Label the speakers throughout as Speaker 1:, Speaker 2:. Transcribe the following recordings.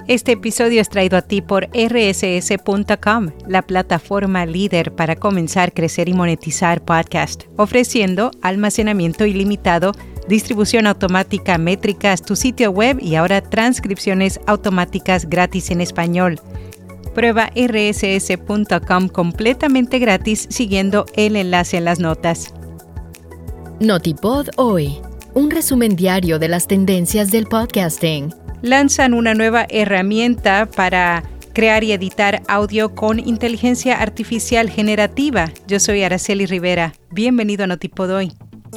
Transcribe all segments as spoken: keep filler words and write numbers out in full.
Speaker 1: Este episodio es traído a ti por R S S punto com, la plataforma líder para comenzar, crecer y monetizar podcast, ofreciendo almacenamiento ilimitado, distribución automática, métricas, tu sitio web y ahora transcripciones automáticas gratis en español. Prueba R S S punto com completamente gratis siguiendo el enlace en las notas.
Speaker 2: Notipod hoy, un resumen diario de las tendencias del podcasting.
Speaker 1: Lanzan una nueva herramienta para crear y editar audio con inteligencia artificial generativa. Yo soy Araceli Rivera. Bienvenido a Notipod hoy.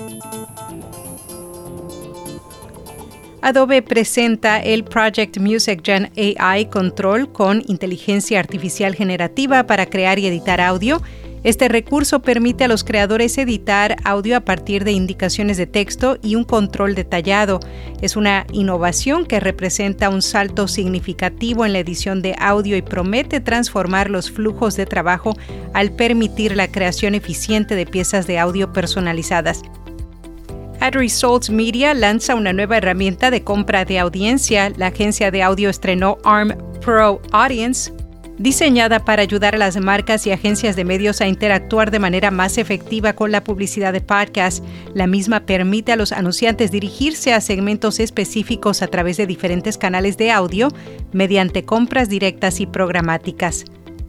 Speaker 1: Adobe presenta el Project Music Gen A I Control con inteligencia artificial generativa para crear y editar audio. Este recurso permite a los creadores editar audio a partir de indicaciones de texto y un control detallado. Es una innovación que representa un salto significativo en la edición de audio y promete transformar los flujos de trabajo al permitir la creación eficiente de piezas de audio personalizadas. Ad Results Media lanza una nueva herramienta de compra de audiencia. La agencia de audio estrenó A R M Pro Audience, diseñada para ayudar a las marcas y agencias de medios a interactuar de manera más efectiva con la publicidad de podcast. La misma permite a los anunciantes dirigirse a segmentos específicos a través de diferentes canales de audio mediante compras directas y programáticas.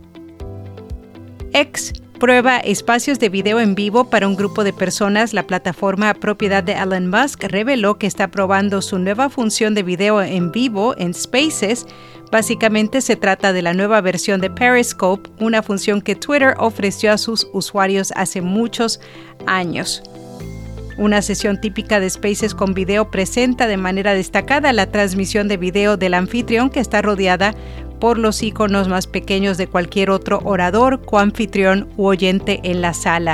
Speaker 1: X prueba espacios de video en vivo para un grupo de personas. La plataforma propiedad de Elon Musk reveló que está probando su nueva función de video en vivo en Spaces. Básicamente se trata de la nueva versión de Periscope, una función que Twitter ofreció a sus usuarios hace muchos años. Una sesión típica de Spaces con video presenta de manera destacada la transmisión de video del anfitrión, que está rodeada por los iconos más pequeños de cualquier otro orador, coanfitrión u oyente en la sala.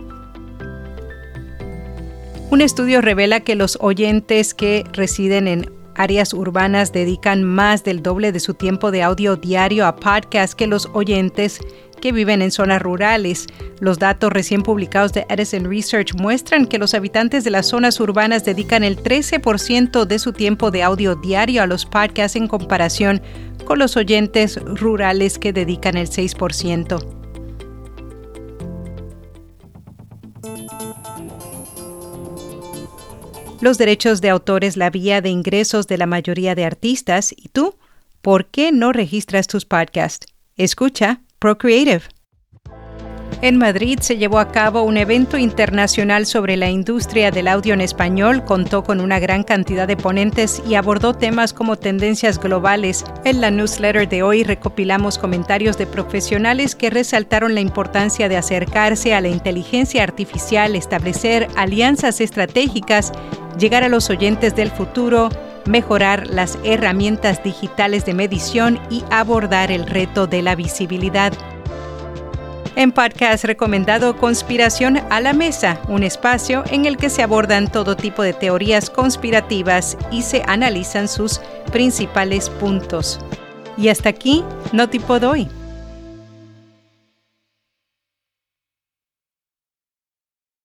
Speaker 1: Un estudio revela que los oyentes que residen en áreas urbanas dedican más del doble de su tiempo de audio diario a podcasts que los oyentes que viven en zonas rurales. Los datos recién publicados de Edison Research muestran que los habitantes de las zonas urbanas dedican el trece por ciento de su tiempo de audio diario a los podcasts en comparación con los oyentes rurales que dedican el seis por ciento. Los derechos de autor es la vía de ingresos de la mayoría de artistas. ¿Y tú? ¿Por qué no registras tus podcasts? Escucha Procreative. En Madrid se llevó a cabo un evento internacional sobre la industria del audio en español. Contó con una gran cantidad de ponentes y abordó temas como tendencias globales. En la newsletter de hoy recopilamos comentarios de profesionales que resaltaron la importancia de acercarse a la inteligencia artificial, establecer alianzas estratégicas, llegar a los oyentes del futuro, mejorar las herramientas digitales de medición y abordar el reto de la visibilidad. En podcast recomendado Conspiración a la Mesa, un espacio en el que se abordan todo tipo de teorías conspirativas y se analizan sus principales puntos. Y hasta aquí, Notipod hoy.